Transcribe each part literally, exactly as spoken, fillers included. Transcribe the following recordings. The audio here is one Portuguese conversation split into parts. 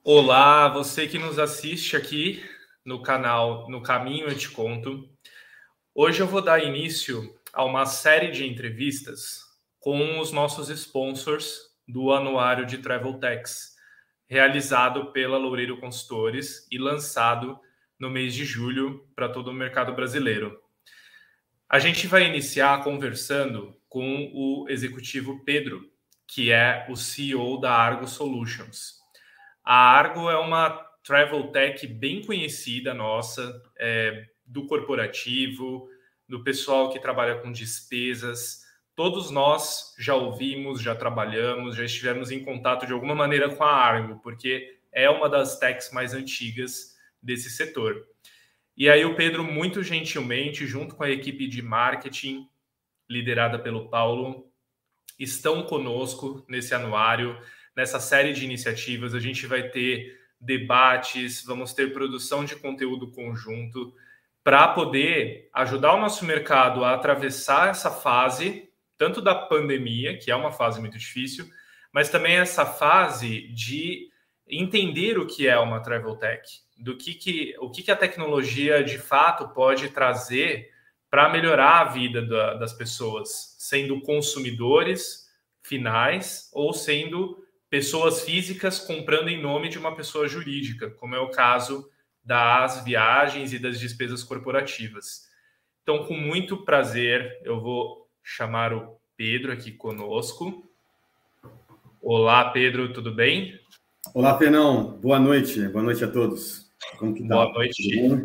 Olá, você que nos assiste aqui no canal No Caminho Eu Te Conto. Hoje eu vou dar início a uma série de entrevistas com os nossos sponsors do Anuário de Travel Techs, realizado pela Loureiro Consultores e lançado no mês de julho para todo o mercado brasileiro. A gente vai iniciar conversando com o executivo Pedro, que é o C E O da Argo Solutions. A Argo é uma travel tech bem conhecida nossa, é, do corporativo, do pessoal que trabalha com despesas. Todos nós já ouvimos, já trabalhamos, já estivemos em contato de alguma maneira com a Argo, porque é uma das techs mais antigas desse setor. E aí o Pedro, muito gentilmente, junto com a equipe de marketing, liderada pelo Paulo, estão conosco nesse anuário, nessa série de iniciativas. A gente vai ter debates, vamos ter produção de conteúdo conjunto para poder ajudar o nosso mercado a atravessar essa fase, tanto da pandemia, que é uma fase muito difícil, mas também essa fase de entender o que é uma travel tech, do que, que, o que, que a tecnologia de fato pode trazer para melhorar a vida da, das pessoas, sendo consumidores finais ou sendo pessoas físicas comprando em nome de uma pessoa jurídica, como é o caso das viagens e das despesas corporativas. Então, com muito prazer, eu vou chamar o Pedro aqui conosco. Olá, Pedro, tudo bem? Olá, Fernão. Boa noite. Boa noite a todos. Como que tá? Boa noite.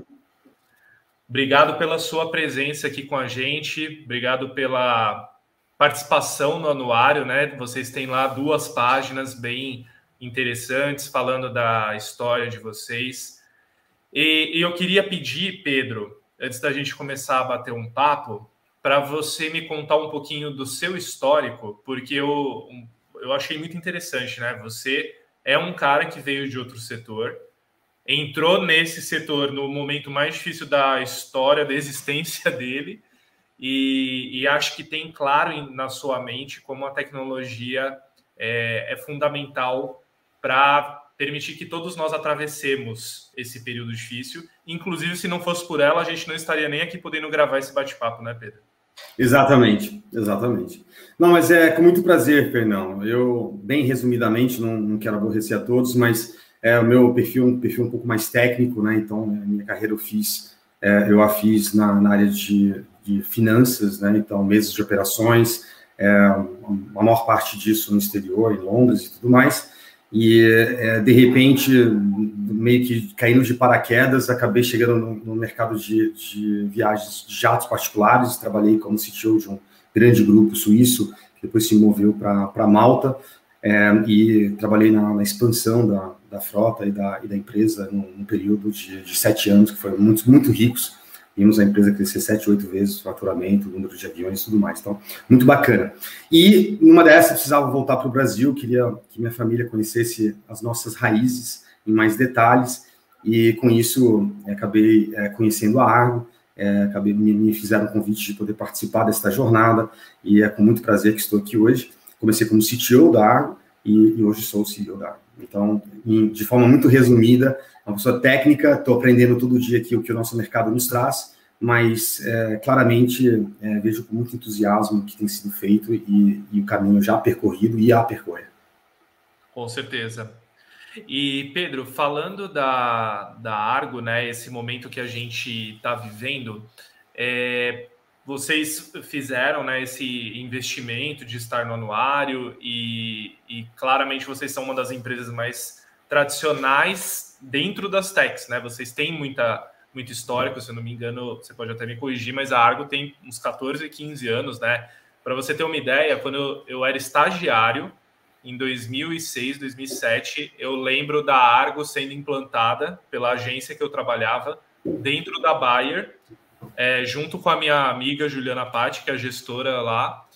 Obrigado pela sua presença aqui com a gente. Obrigado pela participação no anuário, né? Vocês têm lá duas páginas bem interessantes falando da história de vocês. E, e eu queria pedir, Pedro, antes da gente começar a bater um papo, para você me contar um pouquinho do seu histórico, porque eu, eu achei muito interessante, né? Você é um cara que veio de outro setor, entrou nesse setor no momento mais difícil da história, da existência dele, e, e acho que tem claro em, na sua mente como a tecnologia é, é fundamental para permitir que todos nós atravessemos esse período difícil. Inclusive, se não fosse por ela, a gente não estaria nem aqui podendo gravar esse bate-papo, né, Pedro? Exatamente, exatamente. Não, mas é com muito prazer, Fernão. Eu, bem resumidamente, não, não quero aborrecer a todos, mas é o meu perfil, um perfil um pouco mais técnico, né? Então, a minha carreira eu fiz, é, eu a fiz na, na área de, de finanças, né? Então, mesas de operações, é, a maior parte disso no exterior, em Londres e tudo mais. E, é, de repente, meio que caindo de paraquedas, acabei chegando no, no mercado de, de viagens de jatos particulares. Trabalhei como C T O de um grande grupo suíço, que depois se moveu para Malta, é, e trabalhei na, na expansão da, da frota e da, e da empresa num, num período de, de sete anos, que foi muito, muito ricos. Vimos a empresa crescer sete, oito vezes o faturamento, o número de aviões e tudo mais. Então, muito bacana. E, numa dessas, eu precisava voltar para o Brasil, queria que minha família conhecesse as nossas raízes em mais detalhes, e, com isso, acabei é, conhecendo a Argo, é, acabei, me, me fizeram o convite de poder participar desta jornada, e é com muito prazer que estou aqui hoje. Comecei como C T O da Argo, e, e hoje sou o C E O da Argo. Então, em, de forma muito resumida, uma pessoa técnica, estou aprendendo todo dia aqui o que o nosso mercado nos traz, mas é, claramente é, vejo com muito entusiasmo o que tem sido feito e, e o caminho já percorrido e a percorrer. Com certeza. E, Pedro, falando da, da Argo, né, esse momento que a gente está vivendo, é, vocês fizeram, né, esse investimento de estar no anuário e, e claramente vocês são uma das empresas mais tradicionais dentro das techs, né? Vocês têm muita, muito histórico, se eu não me engano, você pode até me corrigir, mas a Argo tem uns catorze, quinze anos, né? Para você ter uma ideia, quando eu, eu era estagiário, em dois mil e seis, dois mil e sete, eu lembro da Argo sendo implantada pela agência que eu trabalhava dentro da Bayer, é, junto com a minha amiga Juliana Patti, que é a gestora lá.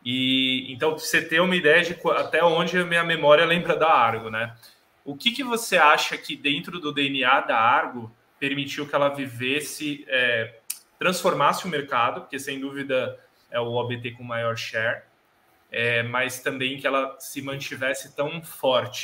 E então, pra você ter uma ideia de até onde a minha memória lembra da Argo, né? O que, que você acha que dentro do D N A da Argo permitiu que ela vivesse, é, transformasse o mercado, porque sem dúvida é o O B T com maior share, é, mas também que ela se mantivesse tão forte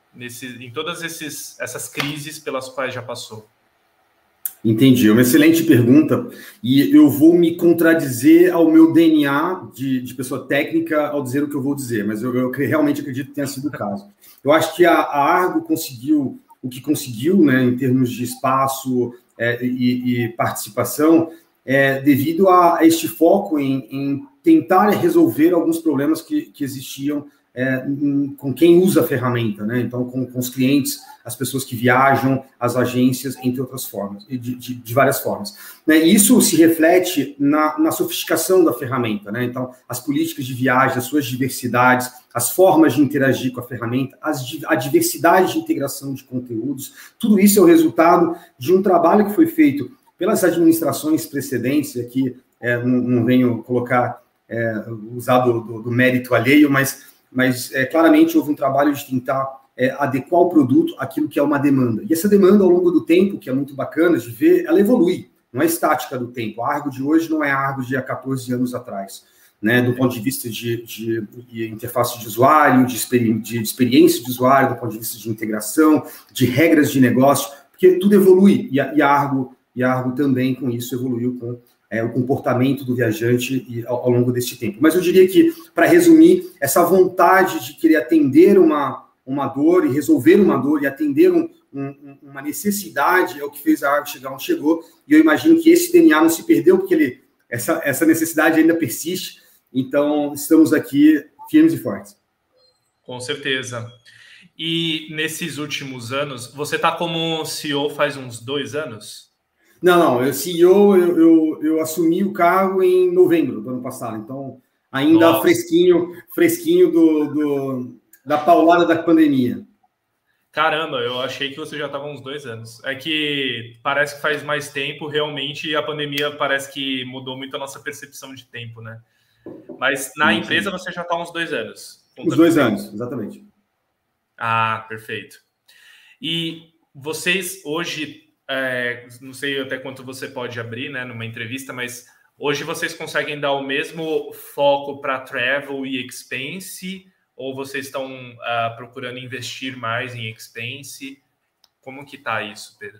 nesse, em todas esses, essas crises pelas quais já passou? Entendi, é uma excelente pergunta, e eu vou me contradizer ao meu D N A de, de pessoa técnica ao dizer o que eu vou dizer, mas eu, eu realmente acredito que tenha sido o caso. Eu acho que a, a Argo conseguiu o que conseguiu, né, em termos de espaço é, e, e participação, é, devido a este foco em, em tentar resolver alguns problemas que, que existiam é, em, com quem usa a ferramenta, né? Então, com, com os clientes, as pessoas que viajam, as agências, entre outras formas, de, de, de várias formas. Né? E isso se reflete na, na sofisticação da ferramenta, né? Então, as políticas de viagem, as suas diversidades, as formas de interagir com a ferramenta, as, a diversidade de integração de conteúdos, tudo isso é o resultado de um trabalho que foi feito pelas administrações precedentes, e aqui é, não, não venho colocar, é, usar do, do, do mérito alheio, mas, mas é, claramente houve um trabalho de tentar é, adequar o produto àquilo que é uma demanda. E essa demanda, ao longo do tempo, que é muito bacana de ver, ela evolui, não é estática do tempo. A Argo de hoje não é a Argo de há quatorze anos atrás, né, do ponto de vista de, de, de interface de usuário, de, experi de experiência de usuário, do ponto de vista de integração, de regras de negócio, porque tudo evolui, e a, e a Argo E a Argo também, com isso, evoluiu com é, o comportamento do viajante e, ao, ao longo desse tempo. Mas eu diria que, para resumir, essa vontade de querer atender uma, uma dor e resolver uma dor e atender um, um, uma necessidade é o que fez a Argo chegar onde chegou. E eu imagino que esse D N A não se perdeu, porque ele, essa, essa necessidade ainda persiste. Então, estamos aqui firmes e fortes. Com certeza. E nesses últimos anos, você está como C E O faz uns dois anos? Não, não, eu C E O, eu, eu, eu assumi o cargo em novembro do ano passado, então ainda Nossa. fresquinho, fresquinho do, do, da paulada da pandemia. Caramba, eu achei que você já estava uns dois anos. É que parece que faz mais tempo, realmente, e a pandemia parece que mudou muito a nossa percepção de tempo, né? Mas na sim, empresa sim. Você já está uns dois anos. Uns dois anos, exatamente. Ah, perfeito. E vocês hoje... É, não sei até quanto você pode abrir, né, numa entrevista, mas hoje vocês conseguem dar o mesmo foco para travel e expense, ou vocês estão uh, procurando investir mais em expense? Como que está isso, Pedro?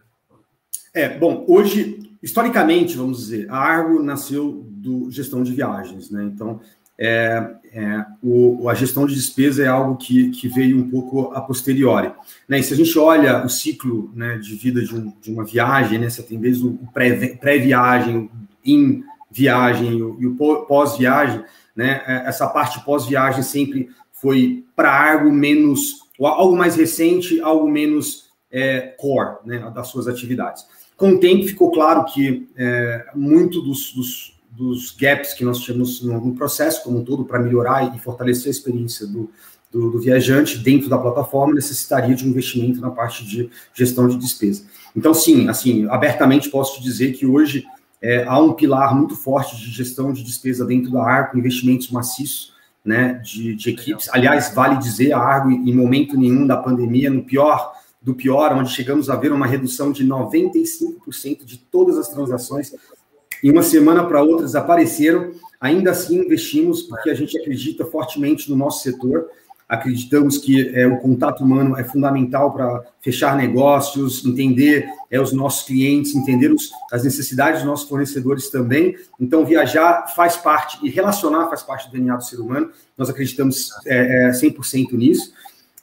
É, bom, hoje, historicamente, vamos dizer, a Argo nasceu do gestão de viagens, né? Então, é, é, o, a gestão de despesa é algo que, que veio um pouco a posteriori. Né? E se a gente olha o ciclo, né, de vida de, um, de uma viagem, né, você tem desde o pré-viagem, em viagem e o pós-viagem, né, essa parte pós-viagem sempre foi para Argo menos, algo mais recente, algo menos é, core, né, das suas atividades. Com o tempo ficou claro que é, muito dos, dos dos gaps que nós tínhamos no, no processo como um todo para melhorar e fortalecer a experiência do, do, do viajante dentro da plataforma necessitaria de um investimento na parte de gestão de despesa. Então, sim, assim, abertamente posso te dizer que hoje é, há um pilar muito forte de gestão de despesa dentro da Argo, investimentos maciços, né, de, de equipes. Aliás, vale dizer, a Argo, em momento nenhum da pandemia, no pior do pior, onde chegamos a ver uma redução de noventa e cinco por cento de todas as transações, em uma semana para outra desapareceram, ainda assim investimos, porque a gente acredita fortemente no nosso setor, acreditamos que é, o contato humano é fundamental para fechar negócios, entender é, os nossos clientes, entender os, as necessidades dos nossos fornecedores também, então viajar faz parte, e relacionar faz parte do D N A do ser humano, nós acreditamos é, é, cem por cento nisso,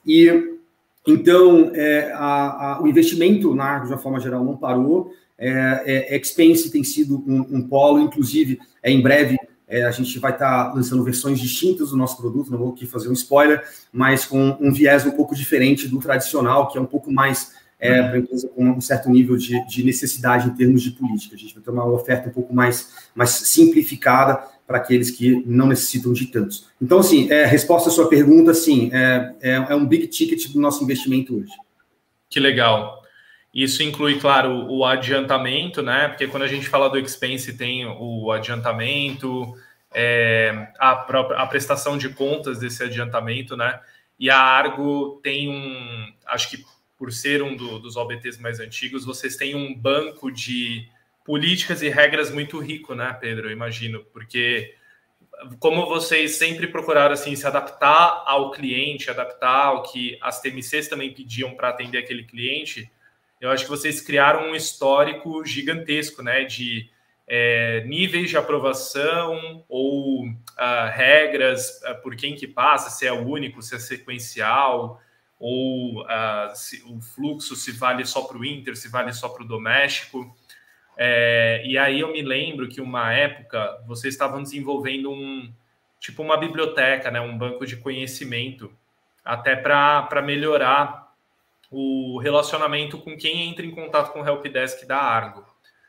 e então é, a, a, o investimento na Argo, de uma forma geral, não parou. É, é, Expense tem sido um, um polo, inclusive, é, em breve é, a gente vai estar tá lançando versões distintas do nosso produto, não vou aqui fazer um spoiler, mas com um viés um pouco diferente do tradicional, que é um pouco mais é, para a empresa com um certo nível de, de necessidade em termos de política. A gente vai ter uma oferta um pouco mais, mais simplificada para aqueles que não necessitam de tantos. Então, assim, é, resposta à sua pergunta, sim, é, é, é um big ticket do nosso investimento hoje. Que legal. Isso inclui, claro, o adiantamento, né? Porque quando a gente fala do expense, tem o adiantamento, é, a, própria, a prestação de contas desse adiantamento, né? E a Argo tem um, acho que por ser um do, dos O B Ts mais antigos, vocês têm um banco de políticas e regras muito rico, né, Pedro? Eu imagino, porque como vocês sempre procuraram assim, se adaptar ao cliente, adaptar ao que as T M Cs também pediam para atender aquele cliente, eu acho que vocês criaram um histórico gigantesco, né, de é, níveis de aprovação ou uh, regras uh, por quem que passa, se é único, se é sequencial, ou uh, se o fluxo se vale só para o Inter, se vale só para o doméstico. É, e aí eu me lembro que uma época vocês estavam desenvolvendo um tipo uma biblioteca, né, um banco de conhecimento, até para melhorar o relacionamento com quem entra em contato com o helpdesk da Argo.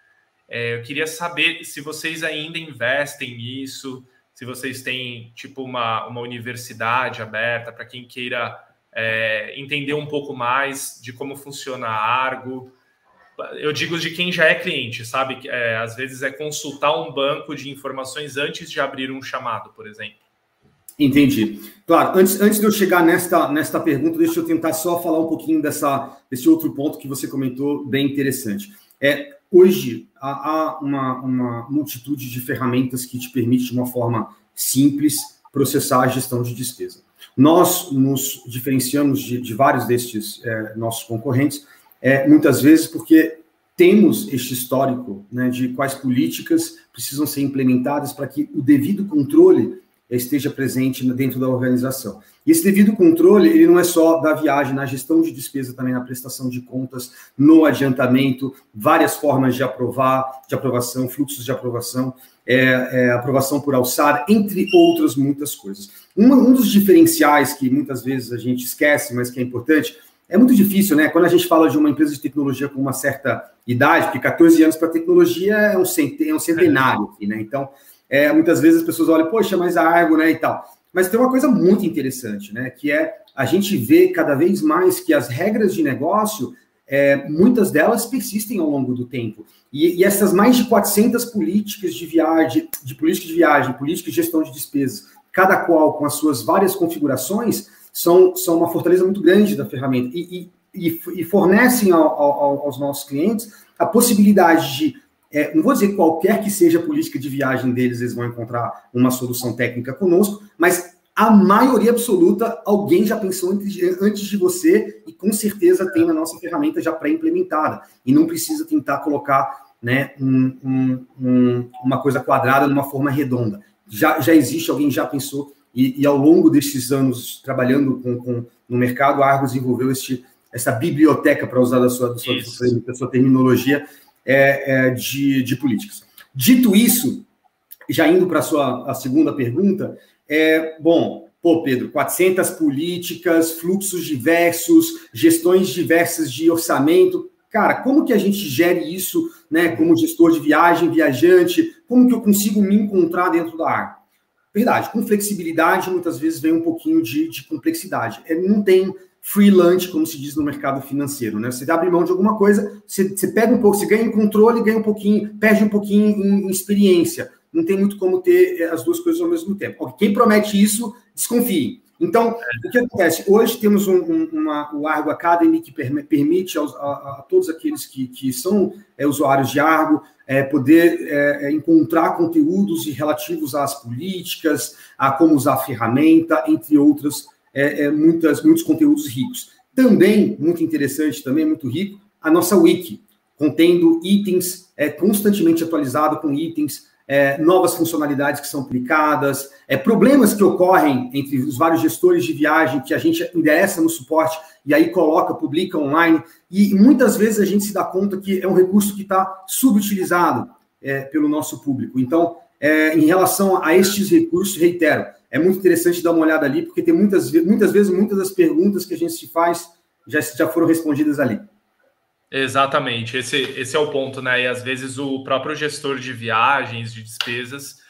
É, eu queria saber se vocês ainda investem nisso, se vocês têm tipo uma, uma universidade aberta para quem queira é, entender um pouco mais de como funciona a Argo. Eu digo de quem já é cliente, sabe? É, às vezes é consultar um banco de informações antes de abrir um chamado, por exemplo. Entendi. Claro, antes, antes de eu chegar nesta, nesta pergunta, deixa eu tentar só falar um pouquinho dessa, desse outro ponto que você comentou, bem interessante. É, hoje, há, há uma, uma multitude de ferramentas que te permite, de uma forma simples, processar a gestão de despesa. Nós nos diferenciamos de, de vários destes é, nossos concorrentes, É, muitas vezes porque temos este histórico, né, de quais políticas precisam ser implementadas para que o devido controle esteja presente dentro da organização. E esse devido controle, ele não é só da viagem, na gestão de despesa, também na prestação de contas, no adiantamento, várias formas de aprovar, de aprovação, fluxos de aprovação, é, é, aprovação por alçada, entre outras muitas coisas. Um, um dos diferenciais que muitas vezes a gente esquece, mas que é importante. É muito difícil, né? Quando a gente fala de uma empresa de tecnologia com uma certa idade, porque quatorze anos para tecnologia é um, cent... é um centenário aqui, né? Então, é, muitas vezes as pessoas olham, poxa, mas a Argo, né, e tal. Mas tem uma coisa muito interessante, né? Que é a gente vê cada vez mais que as regras de negócio, é, muitas delas persistem ao longo do tempo. E, e essas mais de quatrocentas políticas de viagem, de política de viagem, política de gestão de despesas, cada qual com as suas várias configurações, São, são uma fortaleza muito grande da ferramenta e, e, e fornecem ao, ao, aos nossos clientes a possibilidade de, é, não vou dizer qualquer que seja a política de viagem deles, eles vão encontrar uma solução técnica conosco, mas a maioria absoluta, alguém já pensou antes de você e com certeza tem na nossa ferramenta já pré-implementada e não precisa tentar colocar, né, um, um, um, uma coisa quadrada numa forma redonda. Já, já existe, alguém já pensou. E, e ao longo destes anos, trabalhando com, com, no mercado, a Argo desenvolveu este, essa biblioteca, para usar da sua, da sua, da sua terminologia, é, é, de, de políticas. Dito isso, já indo para a sua a segunda pergunta, é, bom, pô, Pedro, quatrocentas políticas, fluxos diversos, gestões diversas de orçamento. Cara, como que a gente gere isso, né, como gestor de viagem, viajante? Como que eu consigo me encontrar dentro da Argo? Verdade, com flexibilidade, muitas vezes vem um pouquinho de, de complexidade. É, não tem free lunch, como se diz no mercado financeiro, né? Você abre mão de alguma coisa, você, você pega um pouco, você ganha em controle, ganha um pouquinho, perde um pouquinho em, em experiência. Não tem muito como ter as duas coisas ao mesmo tempo. Quem promete isso, desconfie. Então, o que acontece? Hoje temos um, um, uma, o Argo Academy que permite aos, a, a todos aqueles que, que são é, usuários de Argo é, poder é, encontrar conteúdos relativos às políticas, a como usar a ferramenta, entre outros, é, é, muitas, muitos conteúdos ricos. Também, muito interessante, também muito rico, a nossa wiki, contendo itens, é, constantemente atualizado com itens, É, novas funcionalidades que são aplicadas, é, problemas que ocorrem entre os vários gestores de viagem que a gente endereça no suporte e aí coloca, publica online, e muitas vezes a gente se dá conta que é um recurso que está subutilizado é, pelo nosso público. Então, é, em relação a estes recursos, reitero, é muito interessante dar uma olhada ali, porque tem muitas, muitas vezes, muitas das perguntas que a gente se faz já, já foram respondidas ali. Exatamente, esse, esse é o ponto, né? E às vezes o próprio gestor de viagens, de despesas,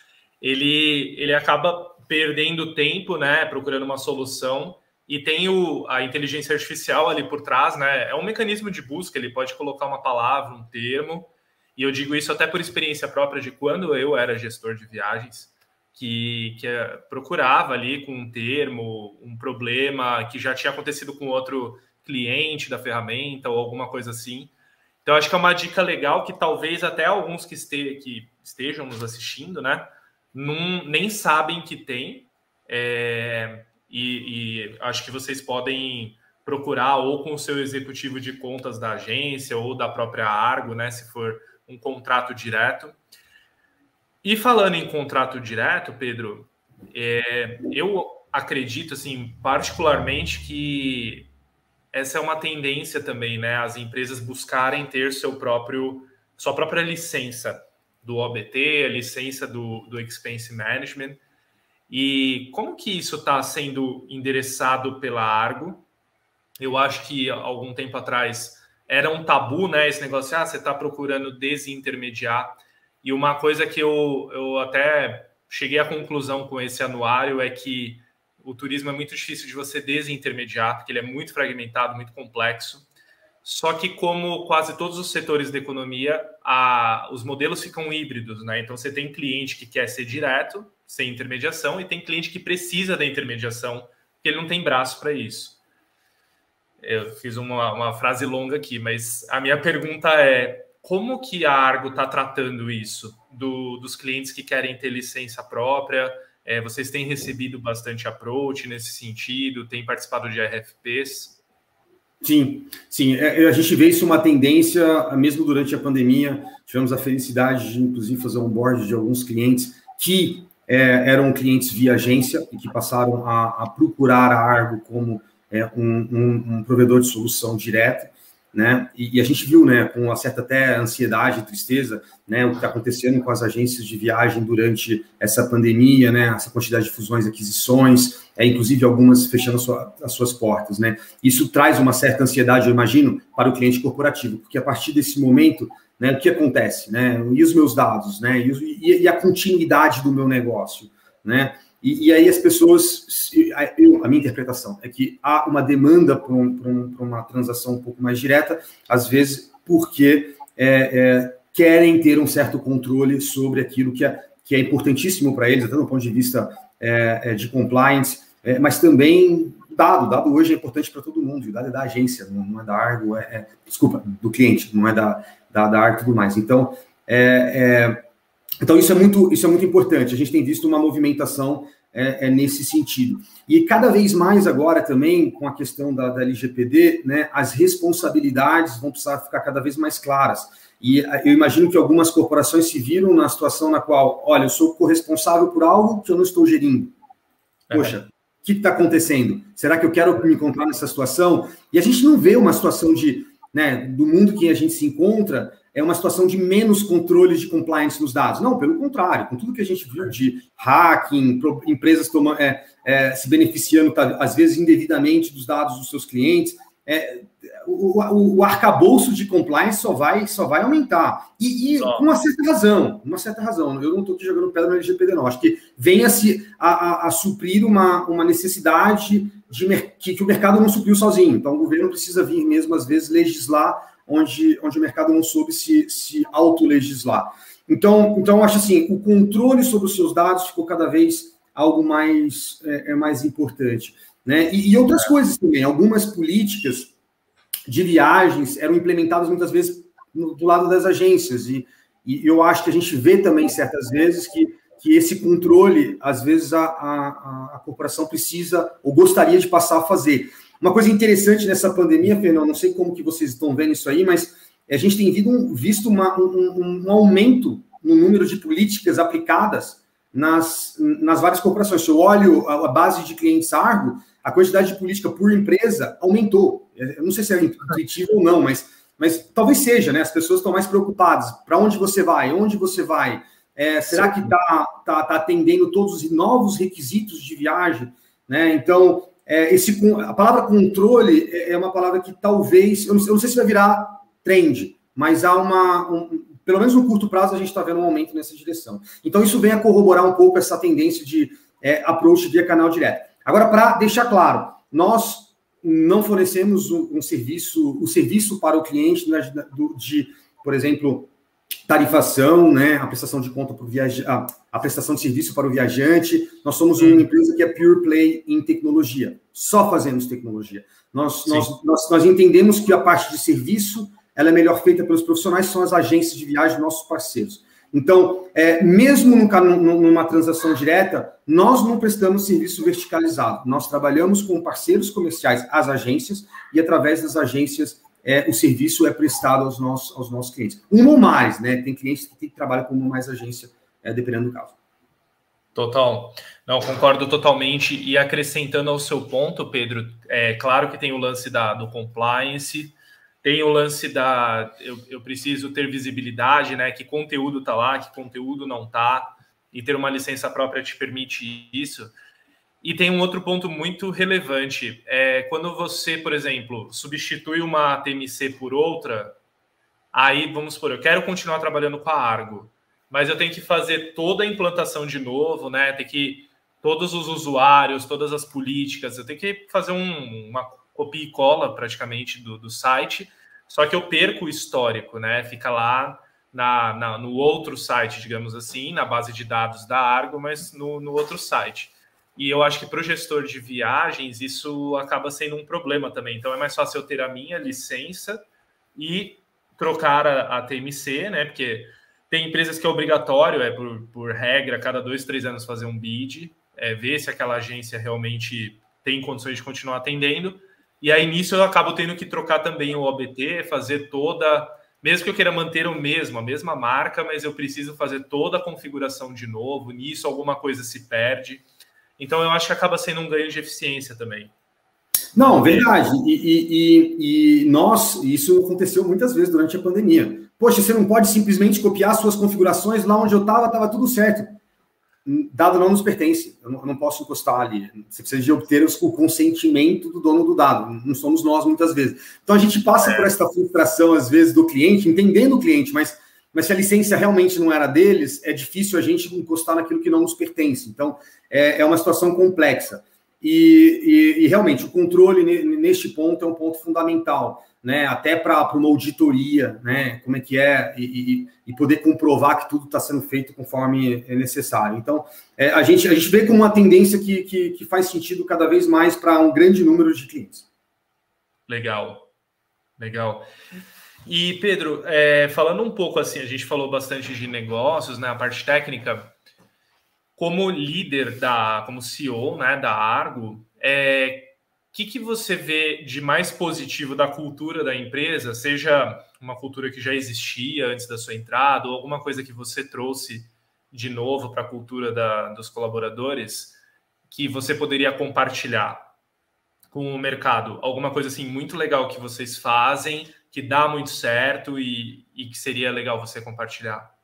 ele, ele acaba perdendo tempo, né? Procurando uma solução, e tem o, a inteligência artificial ali por trás, né? É um mecanismo de busca, ele pode colocar uma palavra, um termo, e eu digo isso até por experiência própria de quando eu era gestor de viagens, que, que procurava ali com um termo, um problema que já tinha acontecido com outro cliente da ferramenta ou alguma coisa assim. Então, acho que é uma dica legal que talvez até alguns que, este, que estejam nos assistindo, né, não, nem sabem que tem, é, e, e acho que vocês podem procurar ou com o seu executivo de contas da agência ou da própria Argo, né, se for um contrato direto. E falando em contrato direto, Pedro, é, eu acredito, assim, particularmente que essa é uma tendência também, né, as empresas buscarem ter seu próprio, sua própria licença do O B T, a licença do, do Expense Management. E como que isso está sendo endereçado pela Argo? Eu acho que algum tempo atrás era um tabu, né? Esse negócio, ah, você está procurando desintermediar. E uma coisa que eu, eu até cheguei à conclusão com esse anuário é que o turismo é muito difícil de você desintermediar, porque ele é muito fragmentado, muito complexo. Só que, como quase todos os setores da economia, a, os modelos ficam híbridos, né? Então, você tem cliente que quer ser direto, sem intermediação, e tem cliente que precisa da intermediação, porque ele não tem braço para isso. Eu fiz uma, uma frase longa aqui, mas a minha pergunta é: como que a Argo está tratando isso do, dos clientes que querem ter licença própria? É, vocês têm recebido bastante approach nesse sentido? Têm participado de R F Ps? Sim, sim. É, a gente vê isso uma tendência, mesmo durante a pandemia. Tivemos a felicidade de, inclusive, fazer um onboard de alguns clientes que é, eram clientes via agência e que passaram a, a procurar a Argo como é, um, um, um provedor de solução direta, né? E, e a gente viu, né, com uma certa até ansiedade e tristeza, né, o que está acontecendo com as agências de viagem durante essa pandemia, né, essa quantidade de fusões e aquisições, é, inclusive algumas fechando a sua, as suas portas, né? Isso traz uma certa ansiedade, eu imagino, para o cliente corporativo, porque a partir desse momento, né, o que acontece, né? E os meus dados, né? E, e, e a continuidade do meu negócio, né? E, e aí as pessoas, eu, a minha interpretação é que há uma demanda para um, um, uma transação um pouco mais direta, às vezes porque é, é, querem ter um certo controle sobre aquilo que é, que é importantíssimo para eles, até do ponto de vista é, de compliance, é, mas também dado, dado hoje é importante para todo mundo, o dado é da agência, não, não é da Argo, é, é, desculpa, do cliente, não é da, da, da Argo e tudo mais. Então, é, é Então, isso é, muito, isso é muito importante. A gente tem visto uma movimentação é, é, nesse sentido. E cada vez mais agora também, com a questão da, da L G P D, né, as responsabilidades vão precisar ficar cada vez mais claras. E eu imagino que algumas corporações se viram na situação na qual, olha, eu sou corresponsável por algo que eu não estou gerindo. Poxa, o que está acontecendo? Será que eu quero me encontrar nessa situação? E a gente não vê uma situação de, né, do mundo que a gente se encontra, é uma situação de menos controle de compliance nos dados. Não, pelo contrário, com tudo que a gente viu de hacking, empresas toma, é, é, se beneficiando, tá, às vezes, indevidamente dos dados dos seus clientes, é, o, o, o arcabouço de compliance só vai, só vai aumentar. E, e com uma certa razão, uma certa razão. Eu não estou aqui jogando pedra no L G P D, não. Acho que vem a, se, a, a, a suprir uma, uma necessidade de, que, que o mercado não supriu sozinho. Então, o governo precisa vir mesmo, às vezes, legislar onde, onde o mercado não soube se, se autolegislar. Então, então, eu acho assim, o controle sobre os seus dados ficou cada vez algo mais, é, é mais importante. Né? E, e outras coisas também, algumas políticas de viagens eram implementadas muitas vezes no, do lado das agências, e, e eu acho que a gente vê também certas vezes que, que esse controle, às vezes, a, a, a corporação precisa ou gostaria de passar a fazer. Uma coisa interessante nessa pandemia, Fernão, não sei como que vocês estão vendo isso aí, mas a gente tem visto uma, um, um aumento no número de políticas aplicadas nas, nas várias corporações. Se eu olho a, a base de clientes Argo, a quantidade de política por empresa aumentou. Eu não sei se é intuitivo ou não, mas, mas talvez seja, né? As pessoas estão mais preocupadas. Para onde você vai? Onde você vai? É, será que está tá, tá atendendo todos os novos requisitos de viagem? Né? Então... É, esse, a palavra controle é uma palavra que talvez, eu não, eu não sei se vai virar trend, mas há uma, um, pelo menos no curto prazo, a gente está vendo um aumento nessa direção. Então, isso vem a corroborar um pouco essa tendência de é, approach via canal direto. Agora, para deixar claro, nós não fornecemos um, um serviço, o um serviço para o cliente, né, de, de, por exemplo, tarifação, né, a prestação de conta para o viajante, a, a prestação de serviço para o viajante. Nós somos uma empresa que é pure play em tecnologia, só fazemos tecnologia. Nós, nós, nós, nós entendemos que a parte de serviço ela é melhor feita pelos profissionais, são as agências de viagem, nossos parceiros. Então, é, mesmo no, numa transação direta, nós não prestamos serviço verticalizado. Nós trabalhamos com parceiros comerciais, as agências, e através das agências é, o serviço é prestado aos nossos, aos nossos clientes. Uma ou mais, né? Tem clientes que, que trabalham com uma ou mais agência, é, dependendo do caso. Total. Não, concordo totalmente. E acrescentando ao seu ponto, Pedro, é claro que tem o lance da, do compliance, tem o lance da... Eu, eu preciso ter visibilidade, né? Que conteúdo está lá, que conteúdo não está, e ter uma licença própria te permite isso. E tem um outro ponto muito relevante. É, quando você, por exemplo, substitui uma T M C por outra, aí, vamos supor, eu quero continuar trabalhando com a Argo, mas eu tenho que fazer toda a implantação de novo, né? Tem que... Todos os usuários, todas as políticas, eu tenho que fazer um, uma copia e cola, praticamente, do, do site, só que eu perco o histórico, né? Fica lá na, na, no outro site, digamos assim, na base de dados da Argo, mas no, no outro site. E eu acho que para o gestor de viagens, isso acaba sendo um problema também. Então, é mais fácil eu ter a minha licença e trocar a, a T M C, né? Porque tem empresas que é obrigatório, é por, por regra, cada dois, três anos fazer um bid, é, ver se aquela agência realmente tem condições de continuar atendendo. E aí, nisso, eu acabo tendo que trocar também o O B T, fazer toda... Mesmo que eu queira manter o mesmo, a mesma marca, mas eu preciso fazer toda a configuração de novo. Nisso, alguma coisa se perde. Então, eu acho que acaba sendo um ganho de eficiência também. Não, verdade. E, e, e nós, isso aconteceu muitas vezes durante a pandemia. Poxa, você não pode simplesmente copiar suas configurações lá onde eu estava, estava tudo certo. Dado não nos pertence, eu não, eu não posso encostar ali. Você precisa de obter o consentimento do dono do dado, não somos nós muitas vezes. Então a gente passa por essa frustração, às vezes, do cliente, entendendo o cliente, mas, mas se a licença realmente não era deles, é difícil a gente encostar naquilo que não nos pertence. Então é, é uma situação complexa. E, e, e realmente o controle neste ponto é um ponto fundamental, né? Até para uma auditoria, né? Como é que é, e, e poder comprovar que tudo está sendo feito conforme é necessário. Então, é, a, gente, a gente vê como uma tendência que, que, que faz sentido cada vez mais para um grande número de clientes. Legal, legal. E, Pedro, é, falando um pouco assim, a gente falou bastante de negócios, né? A parte técnica. Como líder, da, como C E O, né, da Argo, é, que, que você vê de mais positivo da cultura da empresa, seja uma cultura que já existia antes da sua entrada, ou alguma coisa que você trouxe de novo para a cultura da, dos colaboradores, que você poderia compartilhar com o mercado? Alguma coisa assim muito legal que vocês fazem, que dá muito certo e, e que seria legal você compartilhar?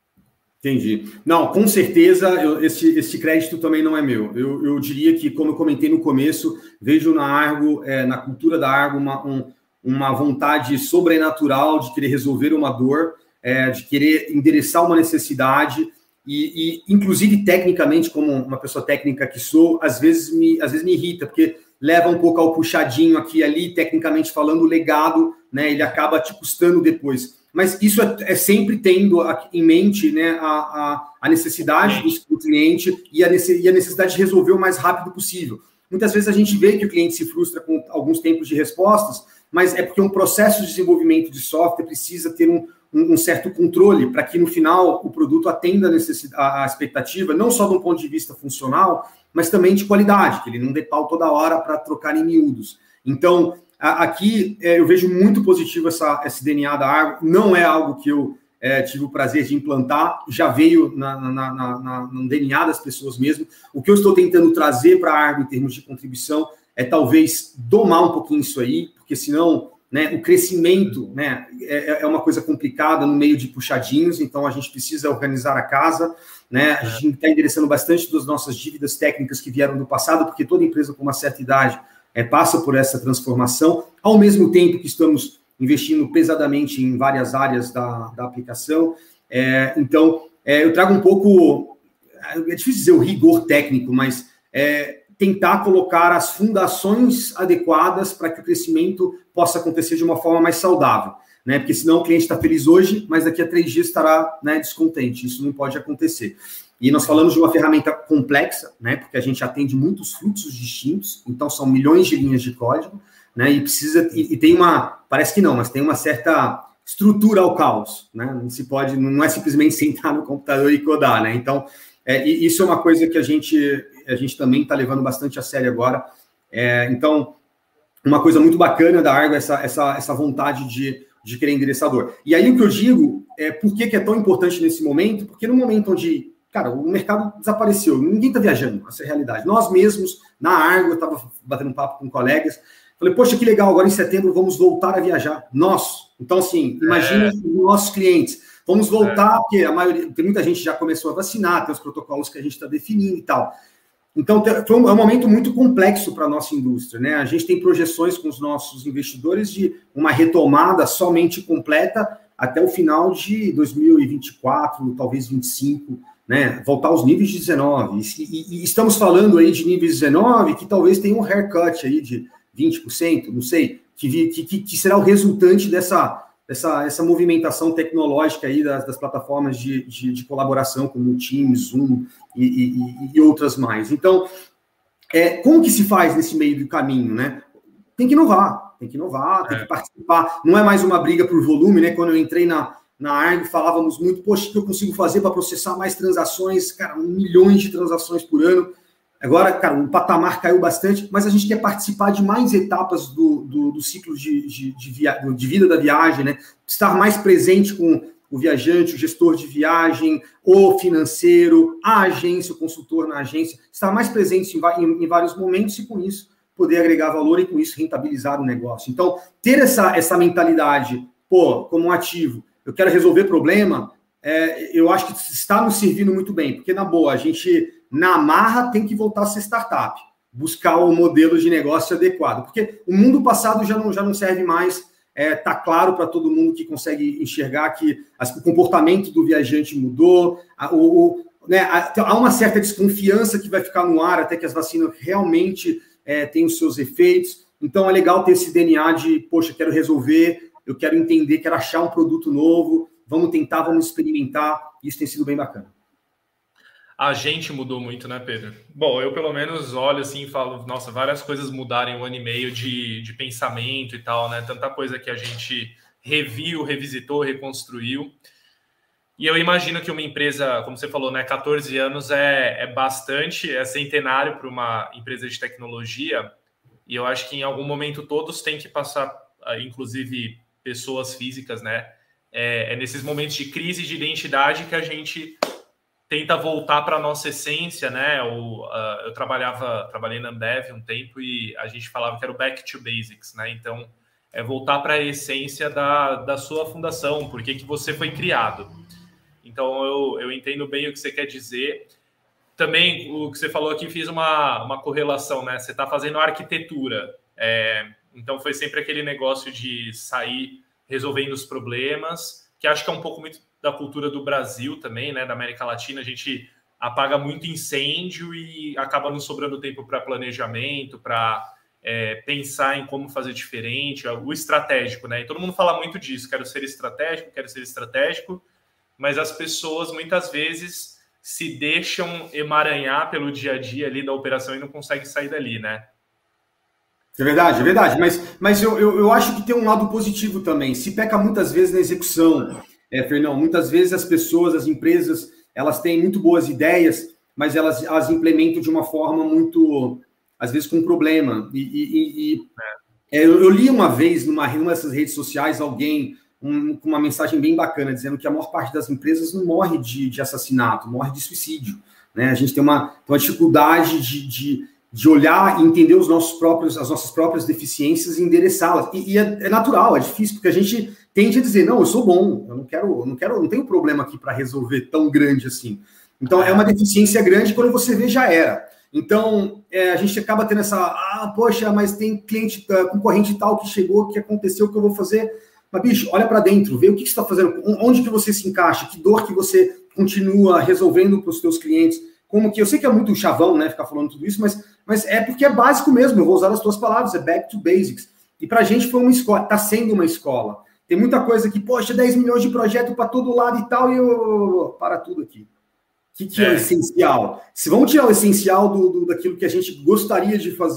Entendi. Não, com certeza, eu, esse, esse crédito também não é meu. Eu, eu diria que, como eu comentei no começo, vejo na Argo, é, na cultura da Argo, uma, um, uma vontade sobrenatural de querer resolver uma dor, é, de querer endereçar uma necessidade e, e, inclusive, tecnicamente, como uma pessoa técnica que sou, às vezes me, às vezes me irrita, porque leva um pouco ao puxadinho aqui e ali, tecnicamente falando, o legado, né, ele acaba te custando depois. Mas isso é, é sempre tendo em mente, né, a, a, a necessidade do, do cliente e a, e a necessidade de resolver o mais rápido possível. Muitas vezes a gente vê que o cliente se frustra com alguns tempos de respostas, mas é porque um processo de desenvolvimento de software precisa ter um, um, um certo controle para que, no final, o produto atenda a, necessidade, a expectativa, não só de um ponto de vista funcional, mas também de qualidade, que ele não dê pau toda hora para trocar em miúdos. Então, aqui eu vejo muito positivo essa, esse D N A da Argo, não é algo que eu é, tive o prazer de implantar, já veio na, na, na, na, no D N A das pessoas mesmo. O que eu estou tentando trazer para a Argo em termos de contribuição é talvez domar um pouquinho isso aí, porque senão, né, o crescimento, né, é, é uma coisa complicada no meio de puxadinhos, então a gente precisa organizar a casa, né, a gente está endereçando bastante das nossas dívidas técnicas que vieram do passado, porque toda empresa com uma certa idade É, passa por essa transformação, ao mesmo tempo que estamos investindo pesadamente em várias áreas da, da aplicação. É, então, é, eu trago um pouco, é difícil dizer o rigor técnico, mas é, tentar colocar as fundações adequadas para que o crescimento possa acontecer de uma forma mais saudável, né? Porque senão o cliente está feliz hoje, mas daqui a três dias estará, né, descontente. Isso não pode acontecer. E nós falamos de uma ferramenta complexa, né, porque a gente atende muitos fluxos distintos, então são milhões de linhas de código, né, e precisa, e, e tem uma, parece que não, mas tem uma certa estrutura ao caos, né? Não se pode, não é simplesmente sentar no computador e codar, né? Então, é, isso é uma coisa que a gente, a gente também está levando bastante a sério agora. É, então, uma coisa muito bacana da Argo é essa, essa, essa vontade de, de querer endereçador. E aí o que eu digo é por que, que é tão importante nesse momento, porque no momento onde, cara, o mercado desapareceu, ninguém está viajando, essa é a realidade. Nós mesmos, na Argo, eu estava batendo um papo com colegas, falei, poxa, que legal, agora em setembro vamos voltar a viajar. Nós. Então, assim, imagina é. os nossos clientes. Vamos voltar, é. porque a maioria, tem muita gente já começou a vacinar, tem os protocolos que a gente está definindo e tal. Então, foi um, é um momento muito complexo para a nossa indústria, né? A gente tem projeções com os nossos investidores de uma retomada somente completa até o final de dois mil e vinte e quatro, talvez vinte e cinco, né? Voltar aos níveis de dezenove. E, e, e estamos falando aí de níveis de dezenove que talvez tenha um haircut aí de vinte por cento, não sei, que, que, que será o resultante dessa, dessa essa movimentação tecnológica aí das, das plataformas de, de, de colaboração, como o Teams, Zoom e, e, e outras mais. Então, é, como que se faz nesse meio do caminho, né? Tem que inovar, tem que inovar, tem é. que participar. Não é mais uma briga por volume, né? Quando eu entrei na, na Argo, falávamos muito, poxa, o que eu consigo fazer para processar mais transações? Cara, milhões de transações por ano. Agora, cara, o patamar caiu bastante, mas a gente quer participar de mais etapas do, do, do ciclo de, de, de, via, de vida da viagem, né? Estar mais presente com o viajante, o gestor de viagem, o financeiro, a agência, o consultor na agência, estar mais presente em, em, em vários momentos e, com isso, poder agregar valor e, com isso, rentabilizar o negócio. Então, ter essa, essa mentalidade, pô, como um ativo, eu quero resolver problema, é, eu acho que está nos servindo muito bem, porque, na boa, a gente... na marra, tem que voltar a ser startup, buscar o modelo de negócio adequado, porque o mundo passado já não, já não serve mais, está é, claro para todo mundo que consegue enxergar que as, o comportamento do viajante mudou, a, o, né, a, há uma certa desconfiança que vai ficar no ar até que as vacinas realmente é, tenham os seus efeitos, então é legal ter esse D N A de, poxa, quero resolver, eu quero entender, quero achar um produto novo, vamos tentar, vamos experimentar, isso tem sido bem bacana. A gente mudou muito, né, Pedro? Bom, eu pelo menos olho assim e falo, nossa, várias coisas mudaram em um ano e meio de, de pensamento e tal, né? Tanta coisa que a gente reviu, revisitou, reconstruiu. E eu imagino que uma empresa, como você falou, né, quatorze anos é, é bastante, é centenário para uma empresa de tecnologia. E eu acho que em algum momento todos têm que passar, inclusive pessoas físicas, né? É, é nesses momentos de crise de identidade que a gente tenta voltar para a nossa essência, né? O, uh, eu trabalhava, trabalhei na Ambev um tempo e a gente falava que era o back to basics, né? Então, é voltar para a essência da, da sua fundação, por que que você foi criado. Então, eu, eu entendo bem o que você quer dizer. Também, o que você falou aqui, fiz uma, uma correlação, né? Você está fazendo arquitetura. É, então, foi sempre aquele negócio de sair resolvendo os problemas, que acho que é um pouco muito da cultura do Brasil também, né, da América Latina. A gente apaga muito incêndio e acaba não sobrando tempo para planejamento, para é, pensar em como fazer diferente, o estratégico, né? E todo mundo fala muito disso, quero ser estratégico, quero ser estratégico, mas as pessoas muitas vezes se deixam emaranhar pelo dia a dia ali da operação e não conseguem sair dali, né? É verdade, é verdade, mas, mas eu, eu, eu acho que tem um lado positivo também. Se peca muitas vezes na execução, é, Fernão, muitas vezes as pessoas, as empresas, elas têm muito boas ideias, mas elas as implementam de uma forma muito, às vezes, com problema. E, e, e é, eu, eu li uma vez numa, numa dessas redes sociais alguém um, com uma mensagem bem bacana, dizendo que a maior parte das empresas não morre de, de assassinato, morre de suicídio. Né? A gente tem uma, tem uma dificuldade de, de, de olhar e entender os nossos próprios, as nossas próprias deficiências e endereçá-las. E, e é, é natural, é difícil, porque a gente tende a dizer, não, eu sou bom, eu não quero, eu não quero, não tenho problema aqui para resolver tão grande assim. Então, é uma deficiência grande, quando você vê, já era. Então, é, a gente acaba tendo essa, ah, poxa, mas tem cliente, uh, concorrente tal que chegou, que aconteceu, o que eu vou fazer? Mas, bicho, olha para dentro, vê o que, que você está fazendo, onde que você se encaixa, que dor que você continua resolvendo para os seus clientes, como que, eu sei que é muito chavão, né, ficar falando tudo isso, mas, mas é porque é básico mesmo, eu vou usar as tuas palavras, é back to basics. E para a gente foi uma escola, está sendo uma escola. Tem muita coisa que, poxa, dez milhões de projeto para todo lado e tal, e eu, para tudo aqui. O que, que é. é o essencial? Se vamos tirar o essencial do, do, daquilo que a gente gostaria de fazer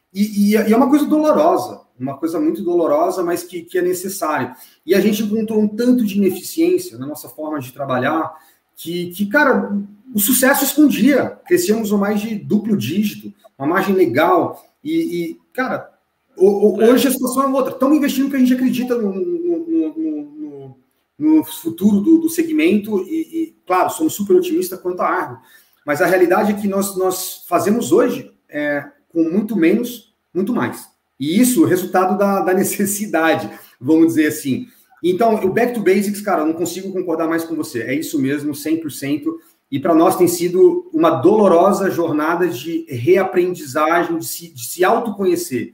E, e, e é uma coisa dolorosa, uma coisa muito dolorosa, mas que, que é necessária. E a gente encontrou um tanto de ineficiência na nossa forma de trabalhar, que, que cara, o sucesso escondia. Crescemos a mais de duplo dígito, uma margem legal. E, e cara, hoje a situação é outra. Estamos investindo porque a gente acredita no, no, no, no, no futuro do, do segmento e, e, claro, somos super otimistas quanto à Argo. Mas a realidade é que nós, nós fazemos hoje é, com muito menos, muito mais. E isso é o resultado da, da necessidade, vamos dizer assim. Então, o Back to Basics, cara, eu não consigo concordar mais com você. É isso mesmo, cem por cento. E para nós tem sido uma dolorosa jornada de reaprendizagem, de se, de se autoconhecer.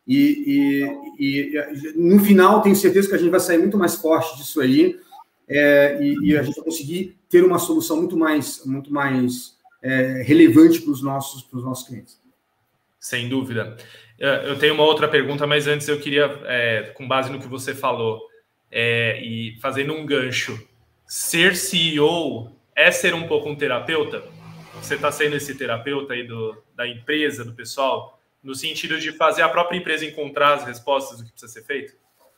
E, e, e no final, tenho certeza que a gente vai sair muito mais forte disso aí. É, e, e a gente vai conseguir ter uma solução muito mais, muito mais é, relevante para os nossos, para os nossos clientes. Sem dúvida. Eu tenho uma outra pergunta, mas antes eu queria, é, com base no que você falou, é, e fazendo um gancho, ser C E O é ser um pouco um terapeuta? Você está sendo esse terapeuta aí do, da empresa, do pessoal, no sentido de fazer a própria empresa encontrar as respostas do que precisa ser feito?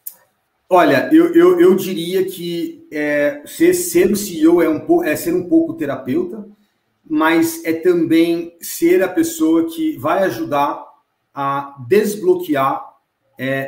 Olha, eu, eu, eu diria que é, ser, ser o C E O é, um, é ser um pouco terapeuta, mas é também ser a pessoa que vai ajudar a desbloquear é,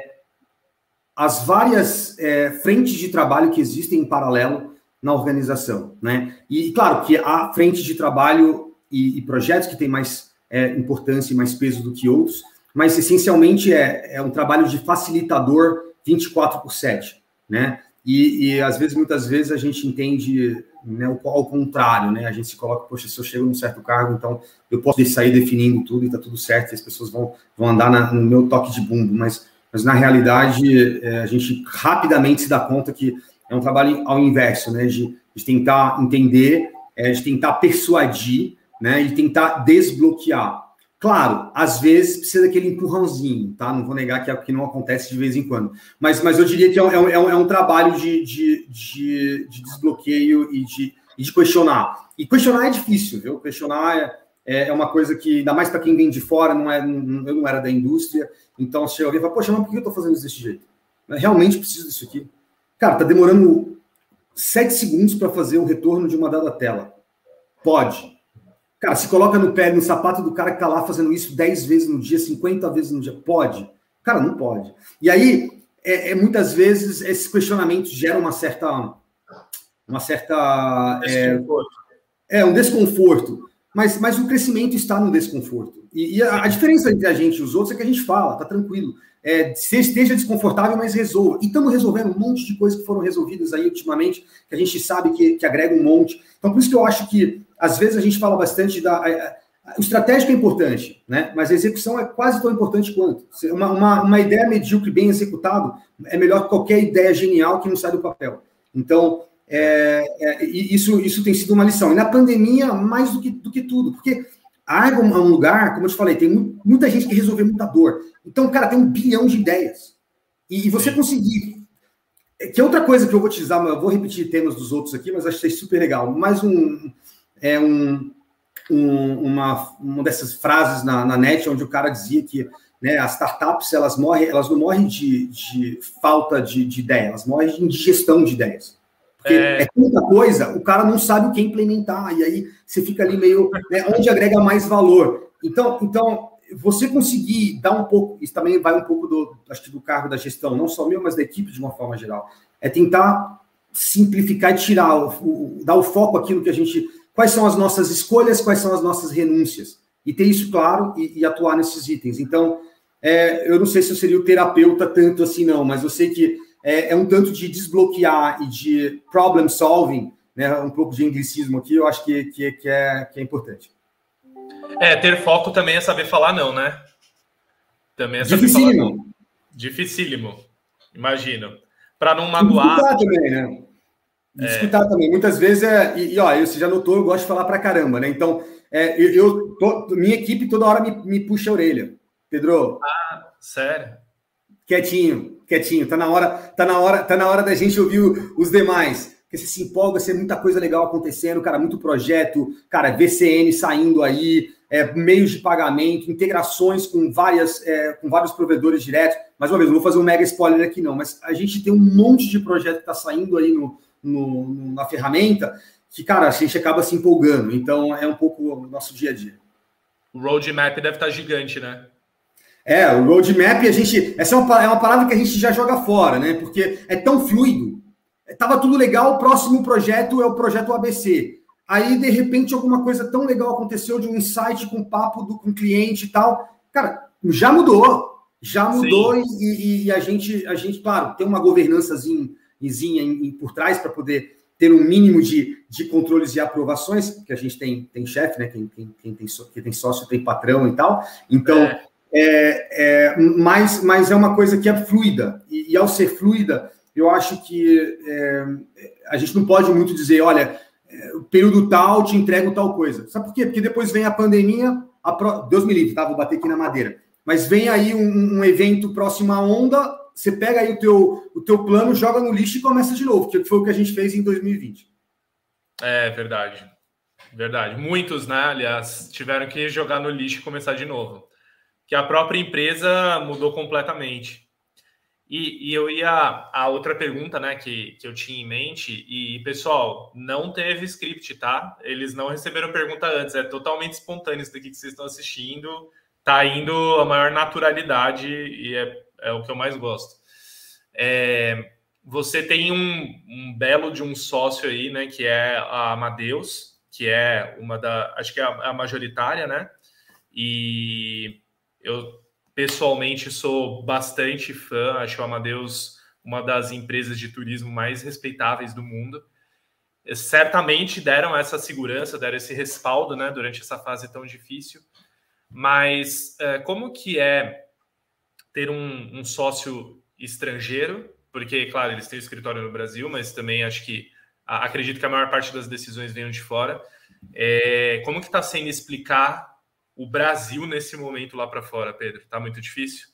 as várias é, frentes de trabalho que existem em paralelo na organização, né? E, claro, que há frentes de trabalho e, e projetos que têm mais é, importância e mais peso do que outros, mas, essencialmente, é, é um trabalho de facilitador vinte e quatro por sete, né? E, e, às vezes, muitas vezes, a gente entende, né, ao contrário, né? A gente se coloca, poxa, se eu chego num certo cargo, então eu posso sair definindo tudo e tá tudo certo, e as pessoas vão, vão andar na, no meu toque de bumbo, mas, mas na realidade, é, a gente rapidamente se dá conta que é um trabalho ao inverso, né? De, de tentar entender, é, de tentar persuadir, né? E tentar desbloquear. Claro, às vezes precisa daquele empurrãozinho, tá? Não vou negar que é o que não acontece de vez em quando. Mas, mas eu diria que é um, é um, é um trabalho de, de, de, de desbloqueio e de, e de questionar. E questionar é difícil, viu? Questionar é, é uma coisa que, ainda mais para quem vem de fora, não é, não, eu não era da indústria. Então, se alguém fala, poxa, mas por que eu estou fazendo isso desse jeito? Eu realmente preciso disso aqui. Cara, tá demorando sete segundos para fazer o retorno de uma dada tela. Pode. Cara, se coloca no pé, no sapato do cara que tá lá fazendo isso dez vezes no dia, cinquenta vezes no dia. Pode? Cara, não pode. E aí, é, é, muitas vezes, esses questionamentos geram uma certa... Uma certa... Desconforto. É, é, um desconforto. Mas, mas o crescimento está no desconforto. E, e a, a diferença entre a gente e os outros é que a gente fala, tá tranquilo. É, se esteja desconfortável, mas resolva. E estamos resolvendo um monte de coisas que foram resolvidas aí ultimamente, que a gente sabe que, que agrega um monte. Então, por isso que eu acho que, às vezes, a gente fala bastante da... A, a, o estratégico é importante, né? Mas a execução é quase tão importante quanto. Uma, uma, uma ideia medíocre bem executada é melhor que qualquer ideia genial que não sai do papel. Então, é, é, isso, isso tem sido uma lição. E na pandemia, mais do que, do que tudo, porque a Argo é um lugar, como eu te falei, tem muita gente que resolveu muita dor. Então, cara, tem um bilhão de ideias. E, e você conseguir... Que é outra coisa que eu vou utilizar, eu vou repetir temas dos outros aqui, mas achei super legal. Mais um... É um, um uma, uma dessas frases na, na net, onde o cara dizia que, né, as startups, elas, morrem, elas não morrem de, de falta de, de ideia, elas morrem de indigestão de ideias. Porque é... é tanta coisa, o cara não sabe o que implementar, e aí você fica ali meio... Né, onde agrega mais valor. Então, então, você conseguir dar um pouco... Isso também vai um pouco do, acho que do cargo da gestão, não só meu, mas da equipe de uma forma geral. É tentar simplificar e tirar, o, o, dar o foco àquilo que a gente... Quais são as nossas escolhas, quais são as nossas renúncias. E ter isso claro e, e atuar nesses itens. Então, é, eu não sei se eu seria o terapeuta tanto assim, não, mas eu sei que é, é um tanto de desbloquear e de problem solving, né, um pouco de anglicismo aqui, eu acho que, que, que, é, que é importante. É, ter foco também é saber falar não, né? Também é saber Dificílimo. falar não. Dificílimo. Imagino. Para não magoar. Discutar também, né? Discutar é. também. Muitas vezes, é, e, e ó, você já notou, eu gosto de falar pra caramba, né? Então, é, eu, eu tô, minha equipe toda hora me, me puxa a orelha. Pedro. Ah, sério? Quietinho, quietinho. Tá na hora, tá na hora, tá na hora da gente ouvir os demais. porque você se empolga, você tem muita coisa legal acontecendo, cara, muito projeto, cara, V C N saindo aí, é, meios de pagamento, integrações com, várias, é, com vários provedores diretos. Mais uma vez, não vou fazer um mega spoiler aqui não, mas a gente tem um monte de projeto que está saindo aí no, no, no, na ferramenta que, cara, a gente acaba se empolgando. Então, é um pouco o nosso dia a dia. O roadmap deve estar gigante, né? É, o roadmap, a gente, essa é uma, é uma palavra que a gente já joga fora, né? Porque é tão fluido. Tava tudo legal, o próximo projeto é o projeto A B C. Aí, de repente, alguma coisa tão legal aconteceu de um insight com papo do, com o cliente e tal. Cara, já mudou. Já mudou e, e, e a, gente, a gente, claro, tem uma governançazinha em, em, por trás para poder ter um mínimo de, de controles e aprovações, porque a gente tem, tem chefe, né? Quem, quem, quem, tem, quem tem sócio tem patrão e tal. Então... É. É, é, mas, mas é uma coisa que é fluida, e, e ao ser fluida, eu acho que é, a gente não pode muito dizer, olha, é, o período tal te entrego tal coisa. Sabe por quê? Porque depois vem a pandemia, a pro... Deus me livre, tá? Vou bater aqui na madeira. Mas vem aí um, um evento próximo à onda, você pega aí o teu, o teu plano, joga no lixo e começa de novo, que foi o que a gente fez em dois mil e vinte. É verdade, verdade. Muitos, né, aliás, tiveram que jogar no lixo e começar de novo. Que a própria empresa mudou completamente. E, e eu ia... A outra pergunta, né, que, que eu tinha em mente, e, pessoal, não teve script, tá? Eles não receberam pergunta antes, é totalmente espontâneo isso daqui que vocês estão assistindo, tá indo a maior naturalidade, e é, é o que eu mais gosto. É, você tem um, um belo de um sócio aí, né, que é a Amadeus, que é uma da... Acho que é a, a majoritária, né? E... Eu, pessoalmente, sou bastante fã, acho a Amadeus uma das empresas de turismo mais respeitáveis do mundo. Certamente deram essa segurança, deram esse respaldo, né, durante essa fase tão difícil. Mas é, como que é ter um, um sócio estrangeiro? Porque, claro, eles têm o escritório no Brasil, mas também acho que, a, acredito que a maior parte das decisões venham de fora. É, como que está sendo explicar o Brasil nesse momento lá para fora, Pedro? Tá muito difícil?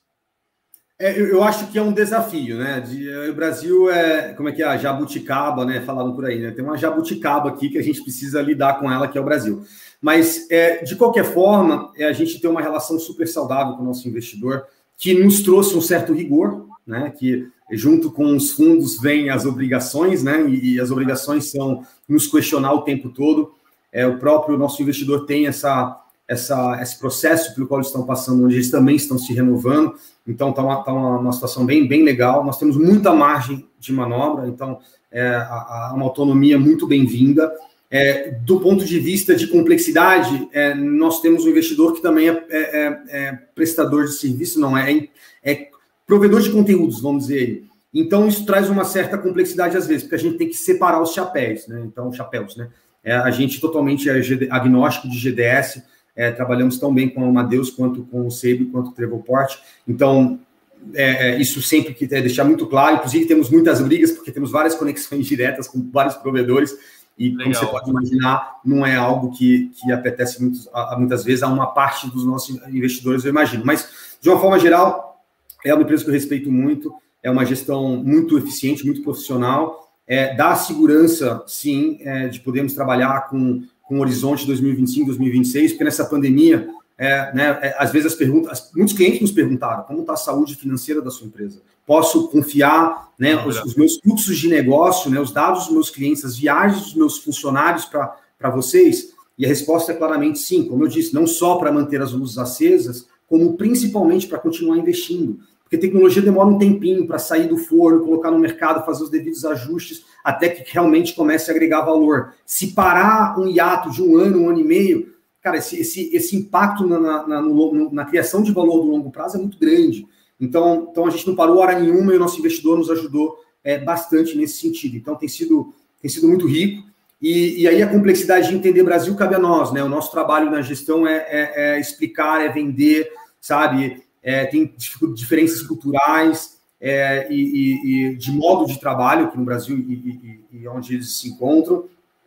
É, eu, eu acho que é um desafio, né? De, o Brasil é, como é que é? A jabuticaba, né? Falaram por aí, né? Tem uma jabuticaba aqui que a gente precisa lidar com ela, que é o Brasil. Mas, é, de qualquer forma, é, a gente tem uma relação super saudável com o nosso investidor, que nos trouxe um certo rigor, né? Que junto com os fundos vêm as obrigações, né? E, e as obrigações são nos questionar o tempo todo. É, o próprio nosso investidor tem essa... Essa, esse processo pelo qual eles estão passando, onde eles também estão se renovando. Então, está uma, tá uma, uma situação bem, bem legal. Nós temos muita margem de manobra, então, é a, a uma autonomia muito bem-vinda. É, do ponto de vista de complexidade, é, nós temos um investidor que também é, é, é prestador de serviço, não é, é provedor de conteúdos, vamos dizer. Então, isso traz uma certa complexidade às vezes, porque a gente tem que separar os chapéus, né? Então, chapéus, né? É, a gente totalmente é agnóstico de G D S. É, trabalhamos tão bem com o Amadeus, quanto com o Sabre, quanto o Travelport. Então, é, é, isso sempre que é deixar muito claro. Inclusive, temos muitas brigas, porque temos várias conexões diretas com vários provedores. E, Legal. Como você pode imaginar, não é algo que, que apetece muito, a, muitas vezes a uma parte dos nossos investidores, eu imagino. Mas, de uma forma geral, é uma empresa que eu respeito muito. É uma gestão muito eficiente, muito profissional. É, dá segurança, sim, é, de podermos trabalhar com... com o horizonte dois mil e vinte e cinco, dois mil e vinte e seis, porque nessa pandemia, é, né, é, às vezes as perguntas, muitos clientes nos perguntaram, como está a saúde financeira da sua empresa? Posso confiar, né, os, os meus fluxos de negócio, né, os dados dos meus clientes, as viagens dos meus funcionários para vocês? E a resposta é claramente sim, como eu disse, não só para manter as luzes acesas, como principalmente para continuar investindo. Porque tecnologia demora um tempinho para sair do forno, colocar no mercado, fazer os devidos ajustes, até que realmente comece a agregar valor. Se parar um hiato de um ano, um ano e meio, cara, esse, esse, esse impacto na, na, no, na criação de valor do longo prazo é muito grande. Então, então a gente não parou hora nenhuma e o nosso investidor nos ajudou é, bastante nesse sentido. Então, tem sido, tem sido muito rico. E, e aí a complexidade de entender Brasil cabe a nós, né? O nosso trabalho na gestão é, é, é explicar, é vender, sabe? É, tem diferenças culturais é, e, e, e de modo de trabalho aqui no Brasil e, e, e onde eles se encontram,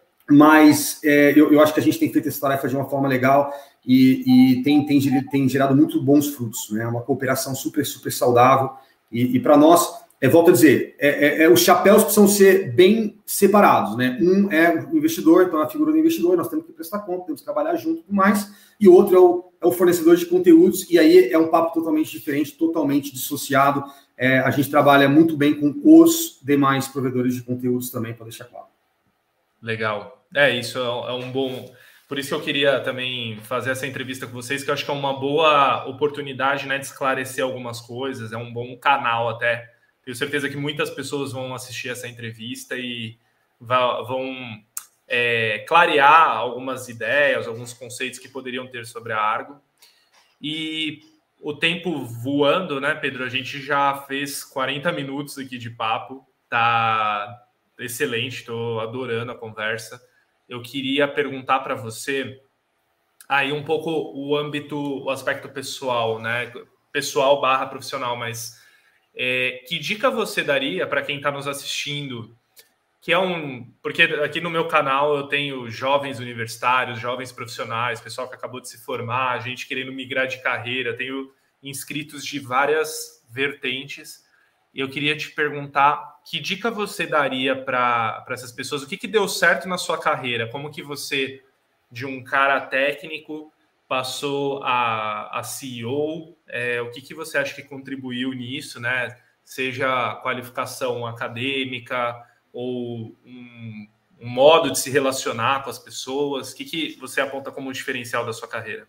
mas é, eu, eu acho que a gente tem feito essa tarefa de uma forma legal e, e tem, tem, tem gerado muito bons frutos, né? Uma cooperação super, super saudável e, e para nós é, volto a dizer, é, é, é, os chapéus precisam ser bem separados, né? Um é o investidor, então a figura do investidor, nós temos que prestar conta, temos que trabalhar junto e tudo mais, e o outro é o, é o fornecedor de conteúdos, e aí é um papo totalmente diferente, totalmente dissociado. É, a gente trabalha muito bem com os demais provedores de conteúdos também, para deixar claro. Legal. É, isso é um bom... Por isso que eu queria também fazer essa entrevista com vocês, que eu acho que é uma boa oportunidade, né, de esclarecer algumas coisas, é um bom canal até. Tenho certeza que muitas pessoas vão assistir essa entrevista e vão é, clarear algumas ideias, alguns conceitos que poderiam ter sobre a Argo. E o tempo voando, né, Pedro? A gente já fez quarenta minutos aqui de papo, tá excelente, estou adorando a conversa. Eu queria perguntar para você aí um pouco o âmbito, o aspecto pessoal, né? Pessoal barra profissional, mas é, que dica você daria para quem está nos assistindo? Que é um... Porque aqui no meu canal eu tenho jovens universitários, jovens profissionais, pessoal que acabou de se formar, gente querendo migrar de carreira, tenho inscritos de várias vertentes. E eu queria te perguntar que dica você daria para essas pessoas? O que, que deu certo na sua carreira? Como que você, de um cara técnico, passou a, a C E O? É, o que, que você acha que contribuiu nisso, né? Seja qualificação acadêmica ou um, um modo de se relacionar com as pessoas? O que, que você aponta como diferencial da sua carreira?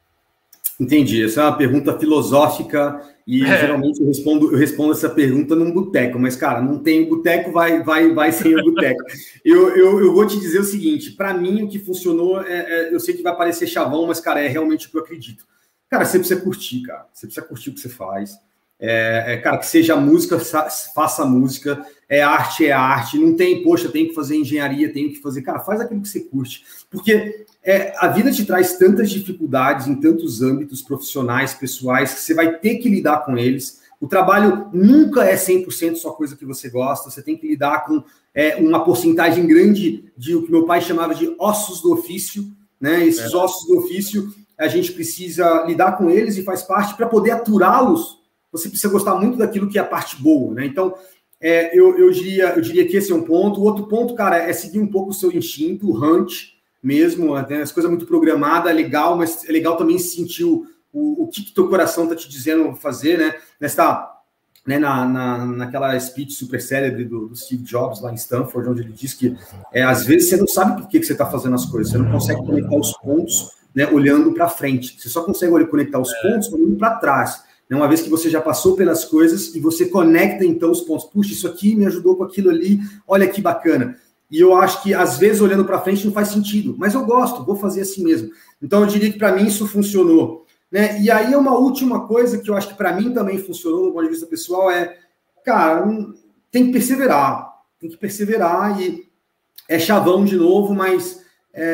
Entendi. Essa é uma pergunta filosófica e é. geralmente eu respondo, eu respondo essa pergunta num boteco, mas, cara, não tem boteco, vai, vai, vai sem o boteco. eu, eu, eu vou te dizer o seguinte, para mim o que funcionou, é, é, eu sei que vai parecer chavão, mas, cara, é realmente o que eu acredito. Cara, você precisa curtir, cara. Você precisa curtir o que você faz. É, é, cara, que seja música, faça música, é arte, é arte, não tem, poxa, tem que fazer engenharia, tem que fazer, cara, faz aquilo que você curte, porque é, a vida te traz tantas dificuldades em tantos âmbitos profissionais, pessoais, que você vai ter que lidar com eles. O trabalho nunca é cem por cento só coisa que você gosta, você tem que lidar com é, uma porcentagem grande de o que meu pai chamava de ossos do ofício, né? Esses é. ossos do ofício, a gente precisa lidar com eles e faz parte para poder aturá-los. Você precisa gostar muito daquilo que é a parte boa, né? Então, é, eu, eu, diria, eu diria que esse é um ponto. O outro ponto, cara, é seguir um pouco o seu instinto, o hunt mesmo, né? As coisas muito programadas, é legal, mas é legal também sentir o, o, o que, que teu coração tá te dizendo fazer, né? Nessa, né, na, na, naquela speech super célebre do, do Steve Jobs lá em Stanford, onde ele diz que é, às vezes você não sabe por que, que você está fazendo as coisas, você não consegue conectar os pontos, né, olhando para frente. Você só consegue conectar os pontos olhando para trás. Uma vez que você já passou pelas coisas e você conecta, então, os pontos. Puxa, isso aqui me ajudou com aquilo ali, olha que bacana. E eu acho que, às vezes, olhando para frente não faz sentido, mas eu gosto, vou fazer assim mesmo. Então, eu diria que, para mim, isso funcionou. Né? E aí, uma última coisa que eu acho que, para mim, também funcionou, do ponto de vista pessoal, é, cara, tem que perseverar. Tem que perseverar e é chavão de novo, mas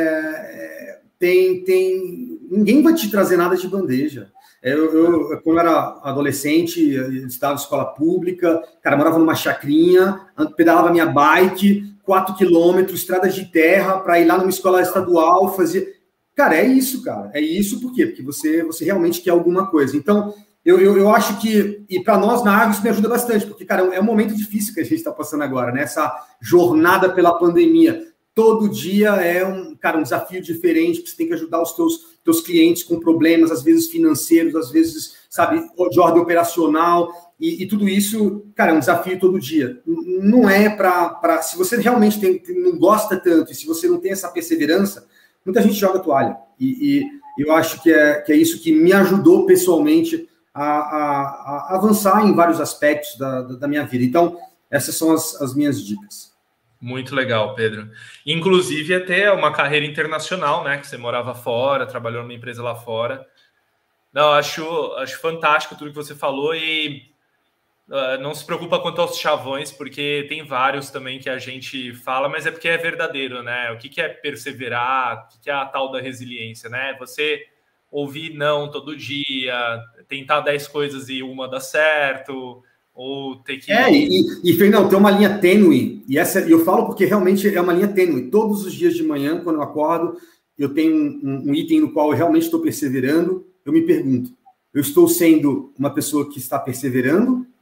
é, tem, tem... ninguém vai te trazer nada de bandeja. Eu, eu, quando eu era adolescente, eu estava em escola pública, cara, morava numa chacrinha, pedalava minha bike, quatro quilômetros, estrada de terra, para ir lá numa escola estadual, fazer... Cara, é isso, cara. É isso por quê? Porque você, você realmente quer alguma coisa. Então, eu, eu, eu acho que... E para nós, na Argo, isso me ajuda bastante, porque, cara, é um momento difícil que a gente está passando agora, né? Essa jornada pela pandemia. Todo dia é um, cara, um desafio diferente, que você tem que ajudar os teus, teus clientes com problemas, às vezes financeiros, às vezes, sabe, de ordem operacional, e, e tudo isso, cara, é um desafio todo dia. Não é para... Se você realmente tem, não gosta tanto, e se você não tem essa perseverança, muita gente joga toalha. E, e eu acho que é, que é isso que me ajudou pessoalmente a, a, a avançar em vários aspectos da, da minha vida. Então, essas são as, as minhas dicas. Muito legal, Pedro. Inclusive, até uma carreira internacional, né? Que você morava fora, trabalhou numa empresa lá fora. Não, acho, acho fantástico tudo que você falou e uh, não se preocupa quanto aos chavões, porque tem vários também que a gente fala, mas é porque é verdadeiro, né? O que, que é perseverar, o que, que é a tal da resiliência, né? Você ouvir não todo dia, tentar dez coisas e uma dá certo... ou ter que... É, e, e Fernão, tem uma linha tênue, e essa eu falo porque realmente é uma linha tênue. Todos os dias de manhã, quando eu acordo, eu tenho um, um item no qual eu realmente estou perseverando, eu me pergunto, eu estou sendo uma pessoa que está perseverando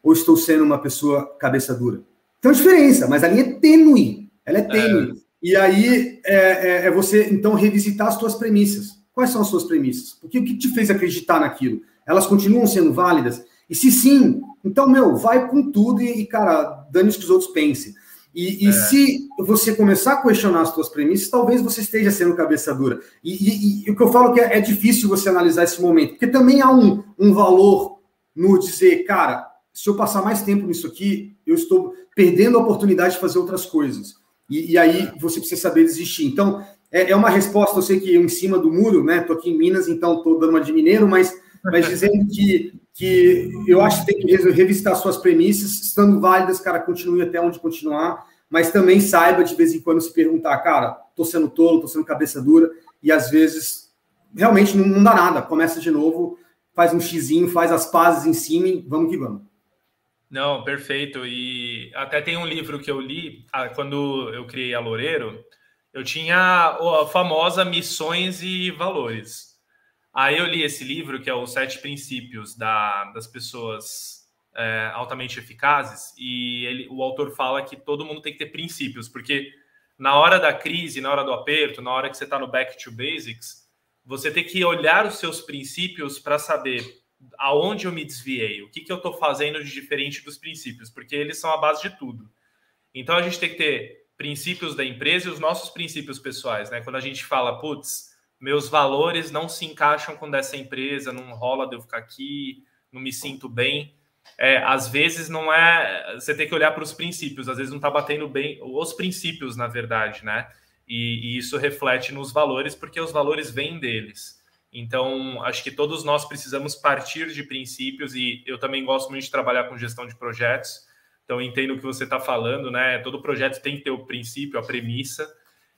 ou estou sendo uma pessoa cabeça dura? Tem uma diferença, mas a linha é tênue. Ela é tênue. É. E aí é, é, é você, então, revisitar as suas premissas. Quais são as suas premissas? Porque o que te fez acreditar naquilo? Elas continuam sendo válidas? E se sim, então, meu, vai com tudo e, cara, dane-se que os outros pensem. E, e é. se você começar a questionar as suas premissas, talvez você esteja sendo cabeça dura. E, e, e o que eu falo que é, é difícil você analisar esse momento, porque também há um, um valor no dizer, cara, se eu passar mais tempo nisso aqui, eu estou perdendo a oportunidade de fazer outras coisas. E, e aí você precisa saber desistir. Então, é, é uma resposta, eu sei que em cima do muro, né? Estou aqui em Minas, então estou dando uma de mineiro, mas, mas dizendo que, que eu acho que tem que revisitar suas premissas, estando válidas, cara, continue até onde continuar, mas também saiba de vez em quando se perguntar, cara, estou sendo tolo, estou sendo cabeça dura, e às vezes realmente não, não dá nada, começa de novo, faz um xizinho, faz as pazes em cima e vamos que vamos. Não, perfeito. E até tem um livro que eu li quando eu criei a Loureiro, eu tinha a famosa Missões e Valores. Aí eu li esse livro, que é os Sete Princípios da, das Pessoas é, Altamente Eficazes, e ele, o autor fala que todo mundo tem que ter princípios, porque na hora da crise, na hora do aperto, na hora que você está no back to basics, você tem que olhar os seus princípios para saber aonde eu me desviei, o que, que eu estou fazendo de diferente dos princípios, porque eles são a base de tudo. Então a gente tem que ter princípios da empresa e os nossos princípios pessoais, né? Quando a gente fala, putz, meus valores não se encaixam com dessa empresa, não rola de eu ficar aqui, não me sinto bem. É, às vezes não é... Você tem que olhar para os princípios, às vezes não está batendo bem os princípios, na verdade, né? E, e isso reflete nos valores, porque os valores vêm deles. Então, acho que todos nós precisamos partir de princípios, e eu também gosto muito de trabalhar com gestão de projetos, então entendo o que você está falando, né? Todo projeto tem que ter o princípio, a premissa,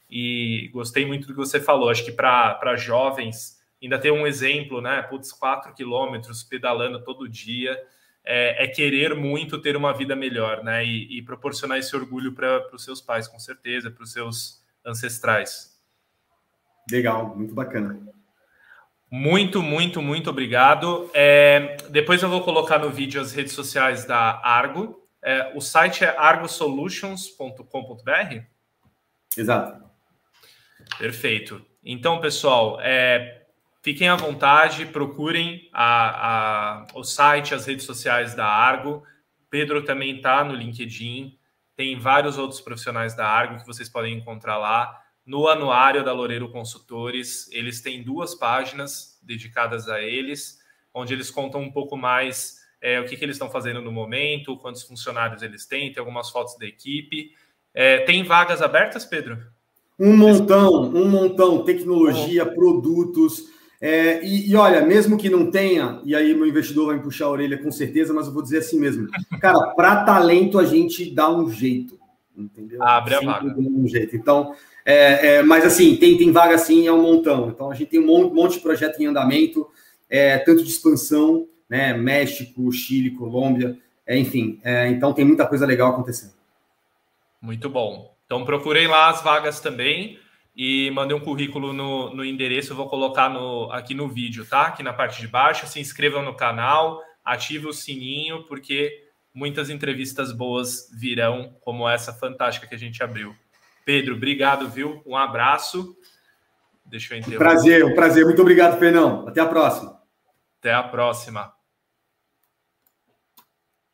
e gostei muito do que você falou. Acho que para jovens, ainda ter um exemplo, né? Putz, quatro quilômetros pedalando todo dia, é, é querer muito ter uma vida melhor, né? E, e proporcionar esse orgulho para os seus pais, com certeza, para os seus ancestrais. Legal, muito bacana. Muito, muito, muito obrigado. É, depois eu vou colocar no vídeo as redes sociais da Argo. É, o site é argo solutions ponto com ponto b r? Exato. Perfeito. Então, pessoal, é, fiquem à vontade, procurem a, a, o site, as redes sociais da Argo. Pedro também está no LinkedIn. Tem vários outros profissionais da Argo que vocês podem encontrar lá. No anuário da Loureiro Consultores, eles têm duas páginas dedicadas a eles, onde eles contam um pouco mais é, o que, que eles estão fazendo no momento, quantos funcionários eles têm, tem algumas fotos da equipe. É, tem vagas abertas, Pedro? Um montão, um montão, tecnologia, uhum. produtos. É, e, e olha, mesmo que não tenha, e aí meu investidor vai me puxar a orelha com certeza, mas eu vou dizer assim mesmo. Cara, para talento a gente dá um jeito, entendeu? Abre a Sempre vaga. dá um jeito. Então... É, é, mas assim, tem, tem vaga sim, é um montão. Então a gente tem um monte, monte de projeto em andamento, é, tanto de expansão, né? México, Chile, Colômbia, é, enfim. É, então tem muita coisa legal acontecendo. Muito bom. Então procurei lá as vagas também e mandei um currículo no, no endereço, eu vou colocar no, aqui no vídeo, tá? Aqui na parte de baixo. Se inscrevam no canal, ative o sininho, porque muitas entrevistas boas virão, como essa fantástica que a gente abriu. Pedro, obrigado, viu? Um abraço. Deixa eu interromper. Prazer, um prazer. Muito obrigado, Fernão. Até a próxima. Até a próxima.